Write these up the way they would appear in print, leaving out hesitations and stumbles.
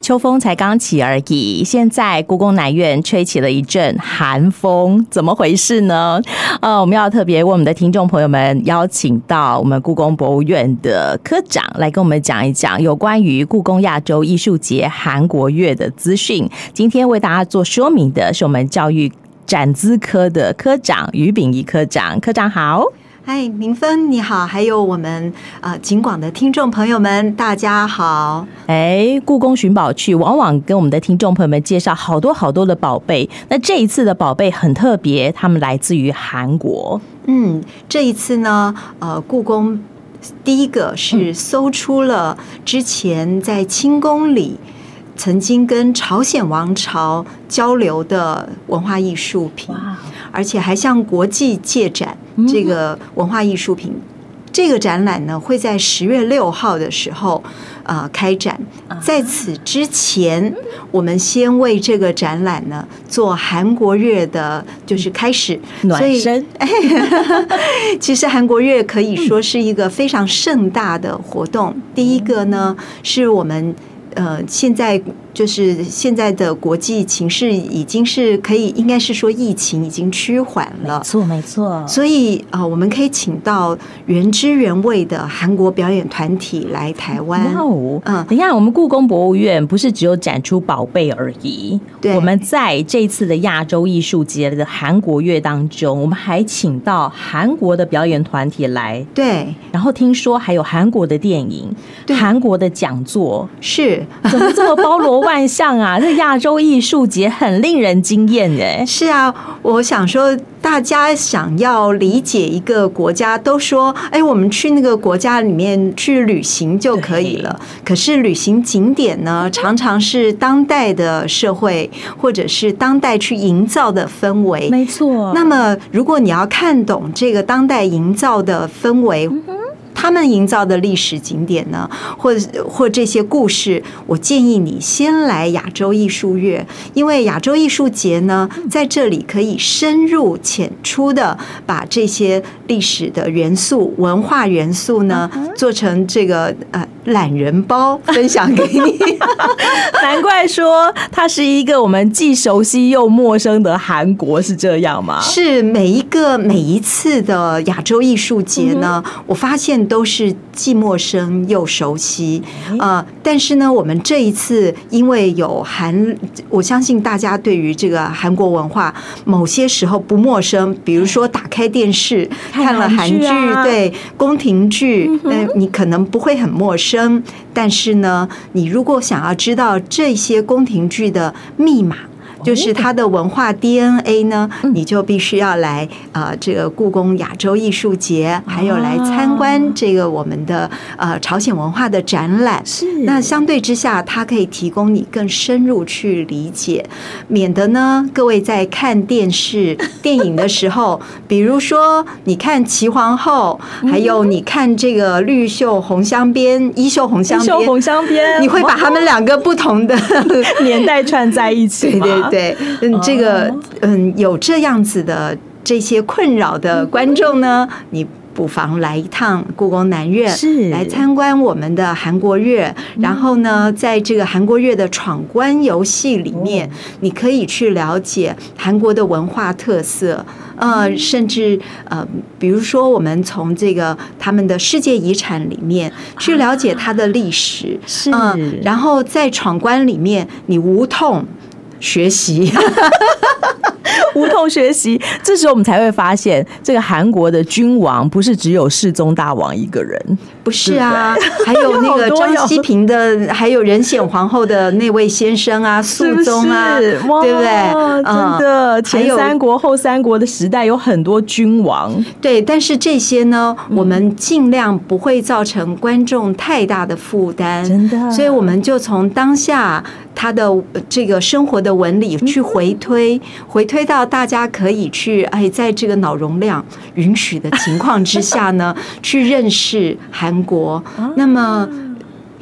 秋风才刚起而已，现在故宫南院吹起了一阵寒风，怎么回事呢？我们要特别为我们的听众朋友们邀请到我们故宫博物院的科长来跟我们讲一讲有关于故宫亚洲艺术节韩国月的资讯。今天为大家做说明的是我们教育展资科的科长于秉仪科长。科长好。 嗨，明芬你好，还有我们警广的听众朋友们，大家好。 故宫寻宝趣往往跟我们的听众朋友们介绍好多好多的宝贝，那这一次的宝贝很特别，他们来自于韩国。 这一次呢，故宫第一个是搜出了之前在清宫里曾经跟朝鲜王朝交流的文化艺术品，而且还向国际借展这个文化艺术品。这个展览呢会在10月6号的时候开展。在此之前，我们先为这个展览呢做韩国月的就是开始暖身。 其实韩国月可以说是一个非常盛大的活动。第一个呢是我们现在的国际情势已经是可以，应该是说疫情已经趋缓了， 没错。 所以我们可以请到原汁原味的韩国表演团体来台湾。 等一下，我们故宫博物院不是只有展出宝贝而已，对，我们在这次的亚洲艺术节的韩国月当中，我们还请到韩国的表演团体来， 对， 然后听说还有韩国的电影、韩国的讲座， 是怎么这么包罗万象啊？这亚洲艺术节很令人惊艳耶。 是啊，我想说，大家想要理解一个国家，都说，我们去那个国家里面去旅行就可以了。可是旅行景点呢，常常是当代的社会，或者是当代去营造的氛围。 没错。 那么，如果你要看懂这个当代营造的氛围，他们营造的历史景点呢，或这些故事，我建议你先来亚洲艺术月，因为亚洲艺术节呢，在这里可以深入浅出的把这些历史的元素、文化元素呢，做成这个懒人包分享给你。 难怪说它是一个我们既熟悉又陌生的韩国，是这样吗？ 是，每一次的亚洲艺术节呢，我发现都是既陌生又熟悉。但是呢，我们这一次因为有我相信大家对于这个韩国文化某些时候不陌生，比如说打开电视看了韩剧，对，宫廷剧，你可能不会很陌生。但是呢，你如果想要知道这些宫廷剧的密码，就是它的文化 DNA 呢，你就必须要来这个故宫亚洲艺术节，还有来参观这个我们的朝鲜文化的展览。 是， 那相对之下，它可以提供你更深入去理解，免得呢各位在看电视电影的时候，比如说你看齐皇后，还有你看这个绿袖红镶边、衣袖红镶边，你会把他们两个不同的年代串在一起吗？ 对，这个有这样子的这些困扰的观众呢，你不妨来一趟故宫南院， 是来参观我们的韩国月。然后呢，在这个韩国月的闯关游戏里面，你可以去了解韩国的文化特色。甚至比如说我们从这个他们的世界遗产里面去了解它的历史， 是， 然后在闯关里面你无痛学习。 无痛学习，这时候我们才会发现，这个韩国的君王不是只有世宗大王一个人， 不是啊，还有那个张熙平的，还有仁显皇后的那位先生啊，肃宗啊， 是是， 对不对？ 真的，前三国、后三国的时代有很多君王。 对，但是这些呢，我们尽量不会造成观众太大的负担， 真的。 所以我们就从当下他的这个生活的纹理去回推到大家可以去在这个脑容量允许的情况之下呢，去认识韩国。那么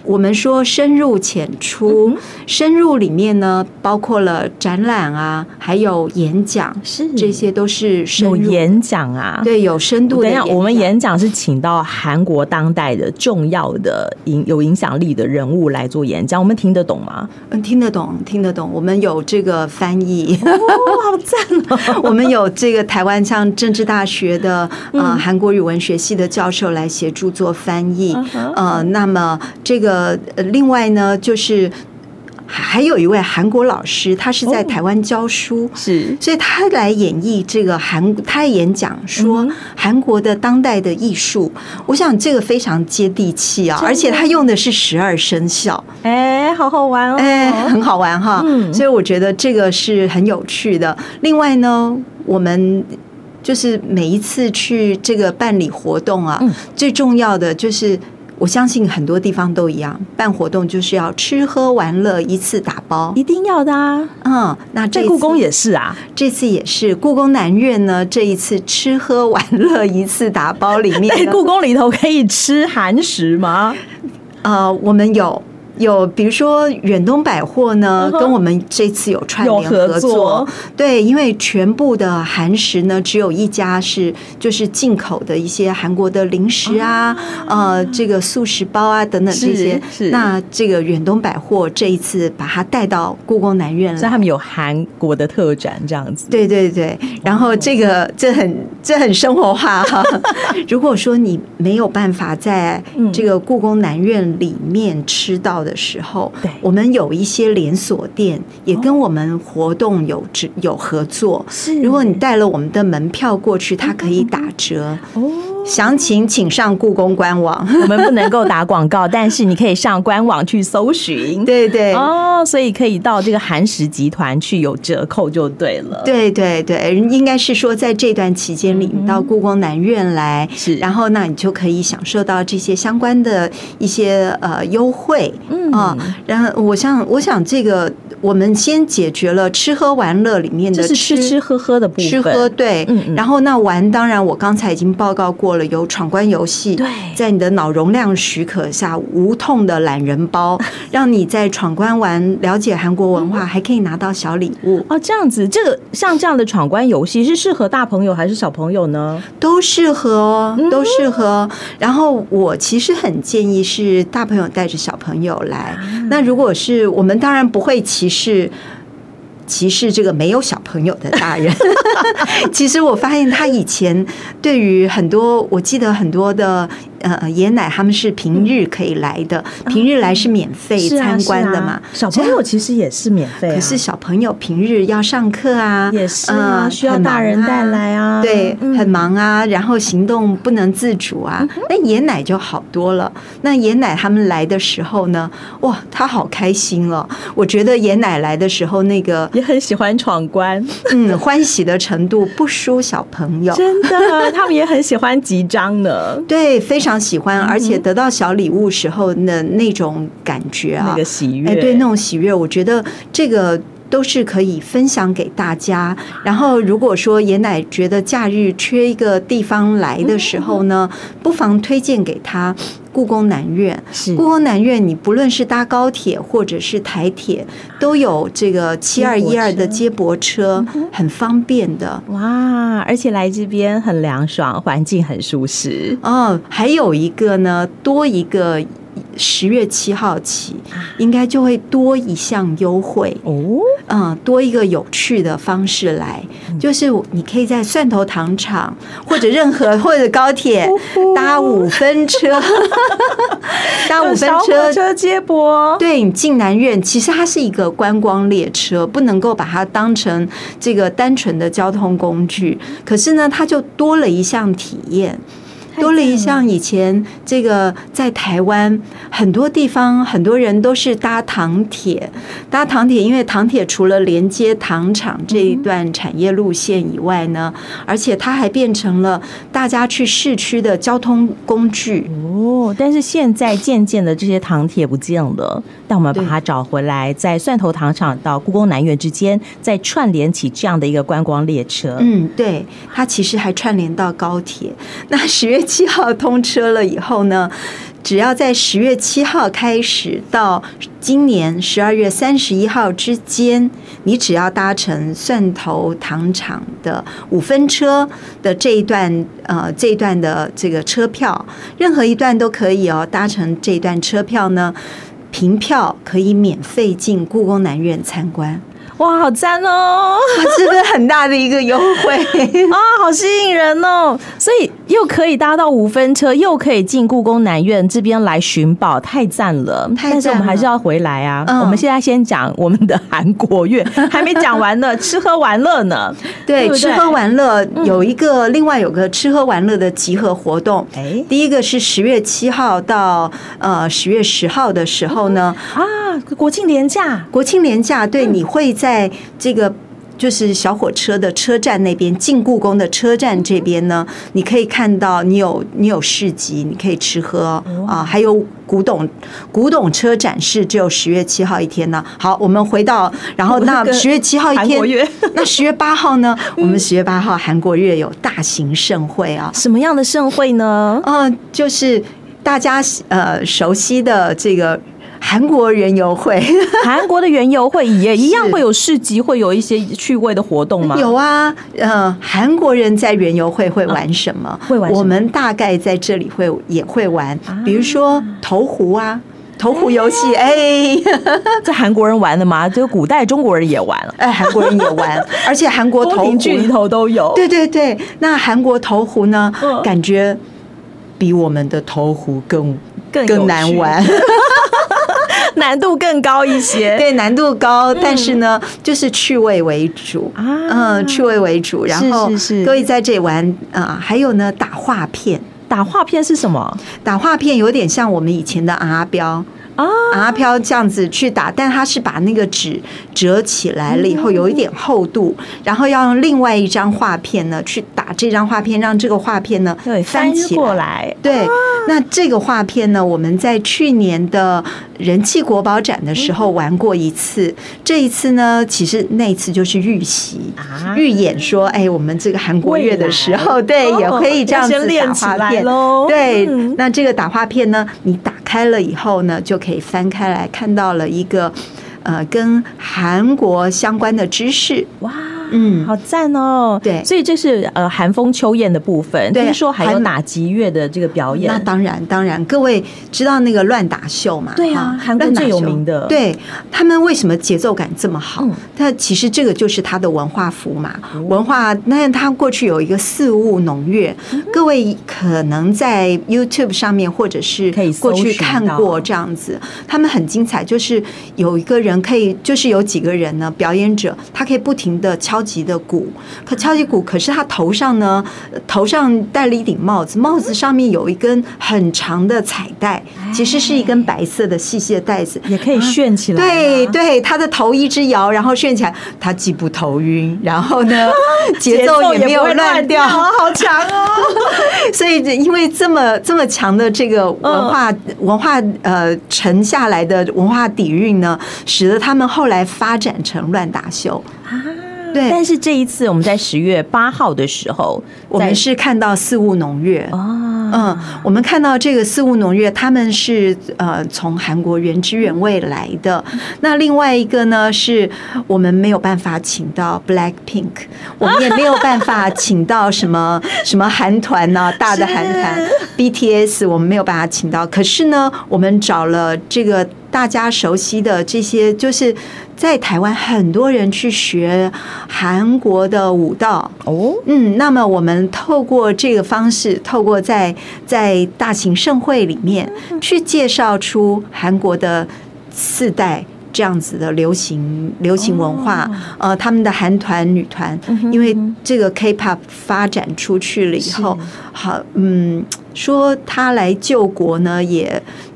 我们说深入浅出，深入里面呢，包括了展览啊，还有演讲，这些都是深入。 有演讲啊， 对，有深度的演讲。 我们演讲是请到韩国当代的重要的有影响力的人物来做演讲，我们听得懂吗？ 听得懂，听得懂。我们有这个翻译， 好赞哦！ 我们有这个台湾像政治大学的韩国语文学系的教授来协助做翻译。那么这个另外呢，就是还有一位韩国老师，他是在台湾教书， 是， 所以他来演绎这个他演讲说韩国的当代的艺术，我想这个非常接地气啊，而且他用的是12生肖， 好好玩哦， 很好玩哈，所以我觉得这个是很有趣的。另外呢，我们就是每一次去这个办理活动啊，最重要的就是。我相信很多地方都一样，办活动就是要吃喝玩乐一次打包， 一定要的啊。 那在故宫也是啊， 这次也是故宫南院呢。这一次吃喝玩乐一次打包里面， 故宫里头可以吃韩食吗？ 我们有，比如说远东百货呢，跟我们这次有串联合作，对，因为全部的韩食呢，只有一家就是进口的一些韩国的零食啊，这个速食包啊等等这些。那这个远东百货这一次把它带到故宫南院来， 所以他们有韩国的特展这样子。 对对对，然后这很生活化哈。如果说你没有办法在这个故宫南院里面吃到的时候，我们有一些连锁店也跟我们活动有合作。如果你带了我们的门票过去，它可以打折。详情请上故宫官网。 我们不能够打广告，但是你可以上官网去搜寻。 对对所以可以到这个韩食集团去有折扣就对了。 对对对，应该是说在这段期间里，你到故宫南院来，然后那你就可以享受到这些相关的一些优惠。然后我想这个我们先解决了吃喝玩乐里面的吃喝喝的部分， 吃喝对。然后那玩，当然我刚才已经报告过了，有闯关游戏，在你的脑容量许可下，无痛的懒人包，让你在闯关玩了解韩国文化，还可以拿到小礼物。 这样子，这个像这样的闯关游戏是适合大朋友还是小朋友呢？ 都适合哦，都适合。然后我其实很建议是大朋友带着小朋友来。那如果是我们当然不会歧视这个没有小朋友的大人。其实我发现他以前对于很多，我记得很多的爷奶他们是平日可以来的，平日来是免费参观的嘛。 小朋友其实也是免费， 可是小朋友平日要上课啊， 也是需要大人带来啊， 对，很忙啊，然后行动不能自主啊。那爷奶就好多了。那爷奶他们来的时候呢，哇，他好开心哦。我觉得爷奶来的时候那个也很喜欢闯关， 欢喜的程度不输小朋友， 真的，他们也很喜欢集章呢。 对，非常喜欢，而且得到小礼物时候的那种感觉啊， 那个喜悦， 对，那种喜悦，我觉得这个都是可以分享给大家。然后如果说爷奶觉得假日缺一个地方来的时候呢，不妨推荐给他故宫南院。故宫南院你不论是搭高铁或者是台铁，都有这个7212的接驳车，很方便的。 哇，而且来这边很凉爽，环境很舒适。 还有一个呢，多一个10月7号起，应该就会多一项优惠多一个有趣的方式来，就是你可以在蒜头糖厂或者或者高铁搭5分车，搭5分车接驳， 对，你进南院，其实它是一个观光列车，不能够把它当成这个单纯的交通工具，可是呢，它就多了一项体验。多了一项以前这个在台湾很多地方很多人都是搭糖铁，因为糖铁除了连接糖厂这一段产业路线以外呢，而且它还变成了大家去市区的交通工具。 但是现在渐渐的这些糖铁不见了，但我们把它找回来，在蒜头糖厂到故宫南院之间再串联起这样的一个观光列车。 对，它其实还串联到高铁。那10月7号通车了以后呢， 只要在10月7号开始到今年12月31号之间，你只要搭乘蒜头糖厂的5分车的这一段的这个车票，任何一段都可以哦。搭乘这一段车票呢，凭票可以免费进故宫南院参观。 哇，好赞哦！ 是不是很大的一个优惠啊？好吸引人哦！所以又可以搭到5分车，又可以进故宫南院这边来寻宝，太赞了！但是我们还是要回来啊！我们现在先讲我们的韩国乐，还没讲完呢，吃喝玩乐呢。 对，吃喝玩乐有一个，另外有个吃喝玩乐的集合活动。第一个是10月7号到10月10号的时候呢， 国庆连假， 对，你会在这个就是小火车的车站那边，进故宫的车站这边呢，你可以看到你有市集，你可以吃喝还有古董车展示，只有10月7号一天呢。好，我们回到，然后那10月7号一天，那10月8号呢？我们10月8号韩国乐有大型盛会啊， 什么样的盛会呢？ 就是大家熟悉的这个。韩国园游会， 韩国的园游会也一样会有市集，会有一些趣味的活动吗？ 有啊，韩国人在园游会会玩什么？ 会玩什么？ 我们大概在这里也会玩，比如说投壶啊。投壶游戏， 这韩国人玩的吗？这个古代中国人也玩了， 韩国人也玩，而且韩国投壶剧里头都有。 对对对，那韩国投壶呢，感觉比我们的投壶更难玩。 难度更高一些， 对，难度高，但是呢，就是趣味为主趣味为主。然后各位在这里玩还有呢，打画片。 打画片是什么？ 打画片有点像我们以前的阿标。阿飘这样子去打，但它是把那个纸折起来了以后有一点厚度，然后要用另外一张画片呢去打这张画片，让这个画片呢翻起过来。 对，那这个画片呢，我们在去年的人气国宝展的时候玩过一次。这一次呢，其实那一次就是预习预演说，我们这个韩国乐的时候，对，也可以这样子打画片喽。对，那这个打画片呢，你打开了以后呢，就可以翻开来看到了一个跟韩国相关的知识。哇， 好赞哦！对，所以这是韩风秋宴的部分。听说还有打击乐的这个表演。 那当然，各位知道那个乱打秀嘛？ 对啊，韩国最有名的。 对，他们为什么节奏感这么好？它其实这个就是它的文化符码。文化，那它过去有一个四物农乐，各位可能在 YouTube 上面或者是过去看过这样子，他们很精彩，就是有一个人可以，就是有几个人呢，表演者他可以不停的敲击的鼓，可是他头上戴了一顶帽子，帽子上面有一根很长的彩带，其实是一根白色的细细的带子， 也可以旋起来。 对，他的头一直摇，然后旋起来，他既不头晕，然后呢节奏也没有乱掉， 好强哦！ 所以因为这么强的这个文化沉下来的文化底蕴呢，使得他们后来发展成乱打秀。 对，但是这一次我们在10月8号的时候， 我们是看到四物农乐我们看到这个四物农乐，他们是从韩国原汁原味来的。那另外一个呢，是我们没有办法请到 Blackpink， 我们也没有办法请到什么韩团呢，大的韩团 BTS， 我们没有办法请到。可是呢，我们找了这个大家熟悉的这些，就是在台湾很多人去学韩国的舞蹈那么我们透过这个方式，透过在大型盛会里面去介绍出韩国的4代这样子的流行文化，他们的韩团、女团，因为这个 K-pop 发展出去了以后，好，说他来救国呢，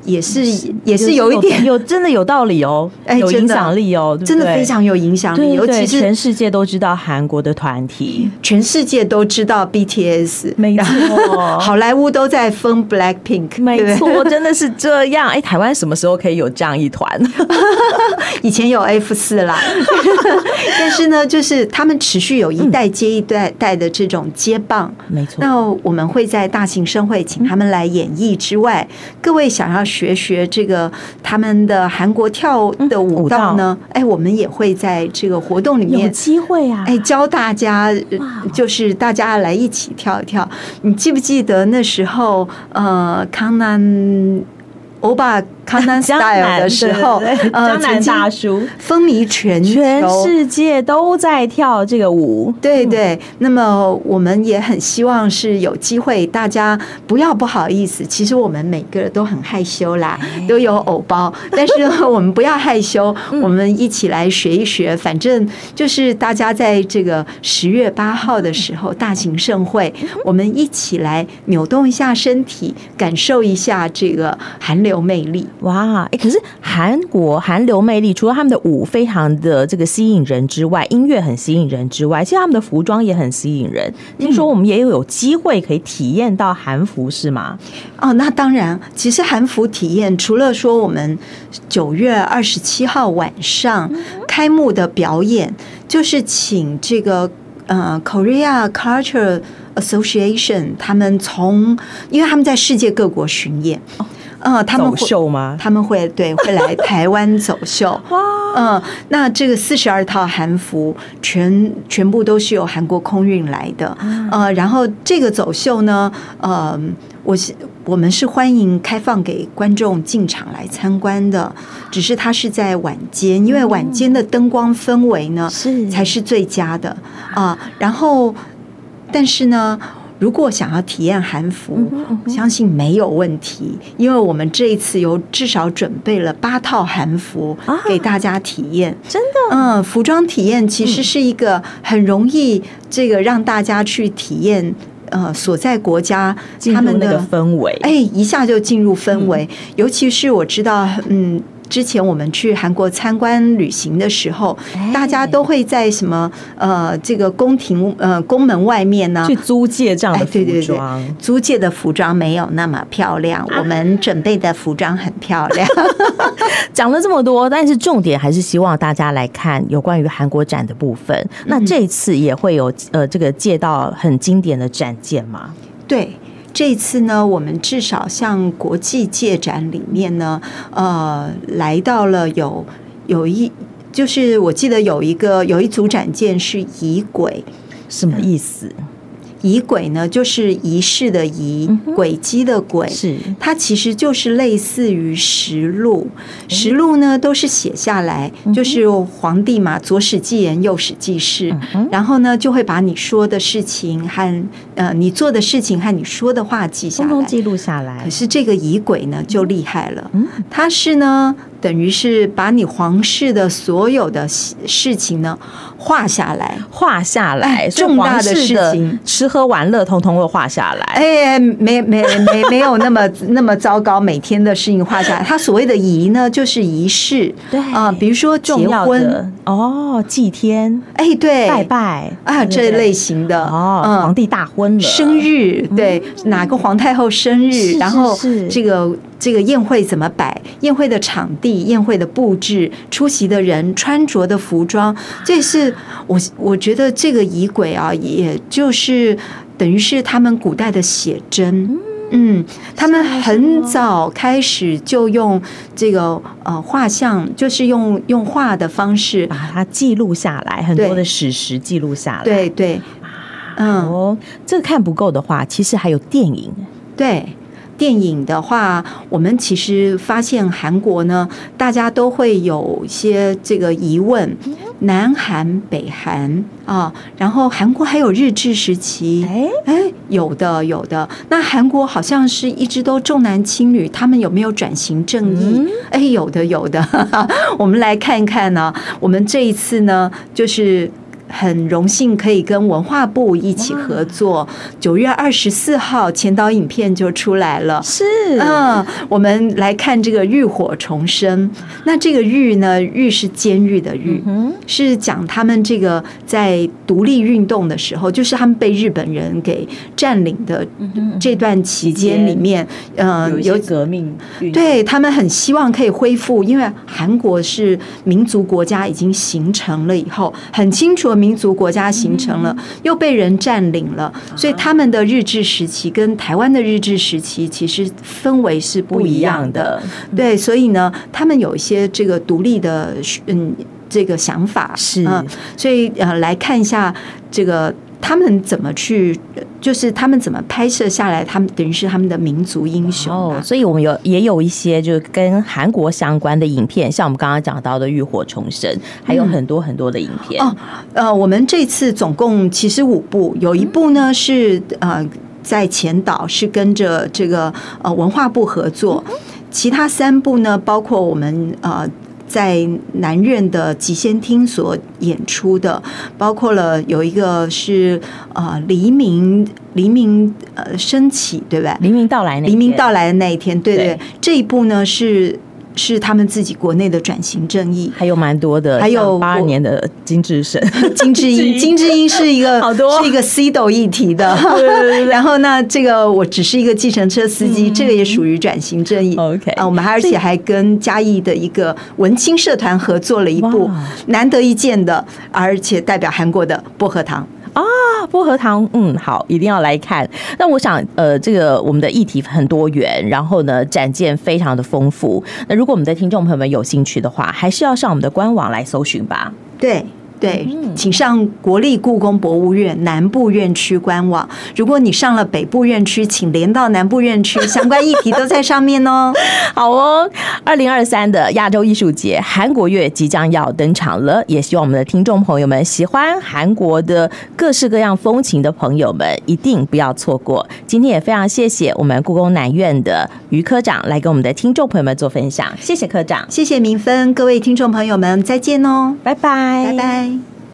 也是有一点真的有道理哦，有影响力哦，对不对？ 真的非常有影响力，尤其是全世界都知道韩国的团体， 全世界都知道 BTS， 没错， 好莱坞都在封 Blackpink， 没错，真的是这样。哎，台湾什么时候可以有这样一团？ 以前有 F4 啦，但是呢，就是他们持续有一代接一代的这种接棒， 没错。 那我们会在大型盛会请他们来演绎之外，各位想要学这个他们的韩国跳的舞蹈呢？哎，我们也会在这个活动里面有机会啊， 哎，教大家，就是大家来一起跳一跳。你记不记得那时候，康南欧巴康南 style 的时候， 江南大叔风靡全世界都在跳这个舞。 对对，那么我们也很希望是有机会，大家不要不好意思，其实我们每个人都很害羞啦，都有偶包，但是我们不要害羞，我们一起来学一学，反正就是大家在这个10月8号的时候大型盛会，我们一起来扭动一下身体，感受一下这个韩流魅力。 哇，可是韩流魅力，除了他们的舞非常的这个吸引人之外，音乐很吸引人之外，其实他们的服装也很吸引人。听说我们也有机会可以体验到韩服，是吗？ 哦，那当然，其实韩服体验除了说我们9月27号晚上开幕的表演，就是请这个Korea Culture Association 他们因为他们在世界各国巡演。他们走秀吗？ 他们会来台湾走秀。哇，那这个42套韩服全部都是由韩国空运来的。然后这个走秀呢，我们是欢迎开放给观众进场来参观的，只是它是在晚间，因为晚间的灯光氛围呢才是最佳的啊。然后，但是呢，如果想要体验韩服，相信没有问题，因为我们这一次至少准备了8套韩服给大家体验。 真的， 服装体验其实是一个很容易这个让大家去体验。所在国家他们的那个氛围， 一下就进入氛围。尤其是我知道，之前我们去韩国参观旅行的时候，大家都会在什么这个宫门外面呢去租借这样的服装。 对，租借的服装没有那么漂亮，我们准备的服装很漂亮。 讲了这么多，但是重点还是希望大家来看有关于韩国展的部分。那这一次也会有这个借到很经典的展件吗？ 对。这一次呢，我们至少像国际借展里面呢，来到了就是我记得有一组展件是仪轨， 什么意思？ 仪轨呢，就是仪式的仪，轨迹的轨， 是它其实就是类似于实录。实录呢都是写下来，就是皇帝嘛，左史记言，右史记事，然后呢就会把你说的事情和你做的事情和你说的话记下来， 通通记录下来。 可是这个仪轨呢就厉害了，它是呢等于是把你皇室的所有的事情呢画下来，重大的事情， 吃喝玩乐通通会画下来。 没有那么糟糕，每天的事情画下来。他所谓的仪呢，就是仪式， 对比如说结婚祭天， 对， 拜拜啊这类型的皇帝大婚了， 生日，对，哪个皇太后生日，然后这个宴会怎么摆，宴会的场地、宴会的布置、出席的人、穿着的服装，这是我觉得这个仪轨啊，也就是等于是他们古代的写真。他们很早开始就用这个画像，就是用画的方式把它记录下来，很多的史实记录下来。 对， 这个看不够的话，其实还有电影。 对。电影的话，我们其实发现韩国呢，大家都会有一些这个疑问，南韩、北韩啊，然后韩国还有日治时期，有的。那韩国好像是一直都重男轻女，他们有没有转型正义？有的。我们来看看呢，我们这一次呢，就是很荣幸可以跟文化部一起合作，9月24号前导影片就出来了。 是， 我们来看这个浴火重生。那这个狱呢，狱是监狱的狱，是讲他们这个在独立运动的时候，就是他们被日本人给占领的这段期间里面， 有一些革命运动， 对，他们很希望可以恢复，因为韩国是民族国家已经形成了以后，很清楚的民族国家形成了，又被人占领了，所以他们的日治时期跟台湾的日治时期其实氛围是不一样的。对，所以呢，他们有一些这个独立的这个想法是， 所以来看一下这个他们怎么去，就是他们怎么拍摄下来，他们等于是他们的民族英雄所以我们也有一些就是跟韩国相关的影片，像我们刚刚讲到的《浴火重生》，还有很多很多的影片。 我们这次总共其实5部，有一部呢是在前导是跟着这个文化部合作，其他3部呢包括我们在南院的集仙厅所演出的，包括了有一个是黎明升起，对不对？ 黎明到来的那一天，对，这一部呢是他们自己国内的转型正义， 还有蛮多的， 还有 82年的金智神、 金智英是一个是一个 CDO 议题的， 对。 然后呢，这个我只是一个计程车司机，这个也属于转型正义。 OK， 我们而且还跟嘉义的一个文青社团合作了一部难得一见的，而且代表韩国的薄荷糖。 薄荷糖，好，一定要来看。那我想，这个我们的议题很多元，然后呢，展件非常的丰富。那如果我们的听众朋友们有兴趣的话，还是要上我们的官网来搜寻吧。 对，请上国立故宫博物院南部院区官网。如果你上了北部院区，请连到南部院区，相关议题都在上面哦。 好哦，2023的亚洲艺术节韩国月即将要登场了，也希望我们的听众朋友们喜欢韩国的各式各样风情的朋友们一定不要错过。今天也非常谢谢我们故宫南院的于科长来跟我们的听众朋友们做分享，谢谢科长， 谢谢明芬，各位听众朋友们再见哦， 拜拜， 拜拜。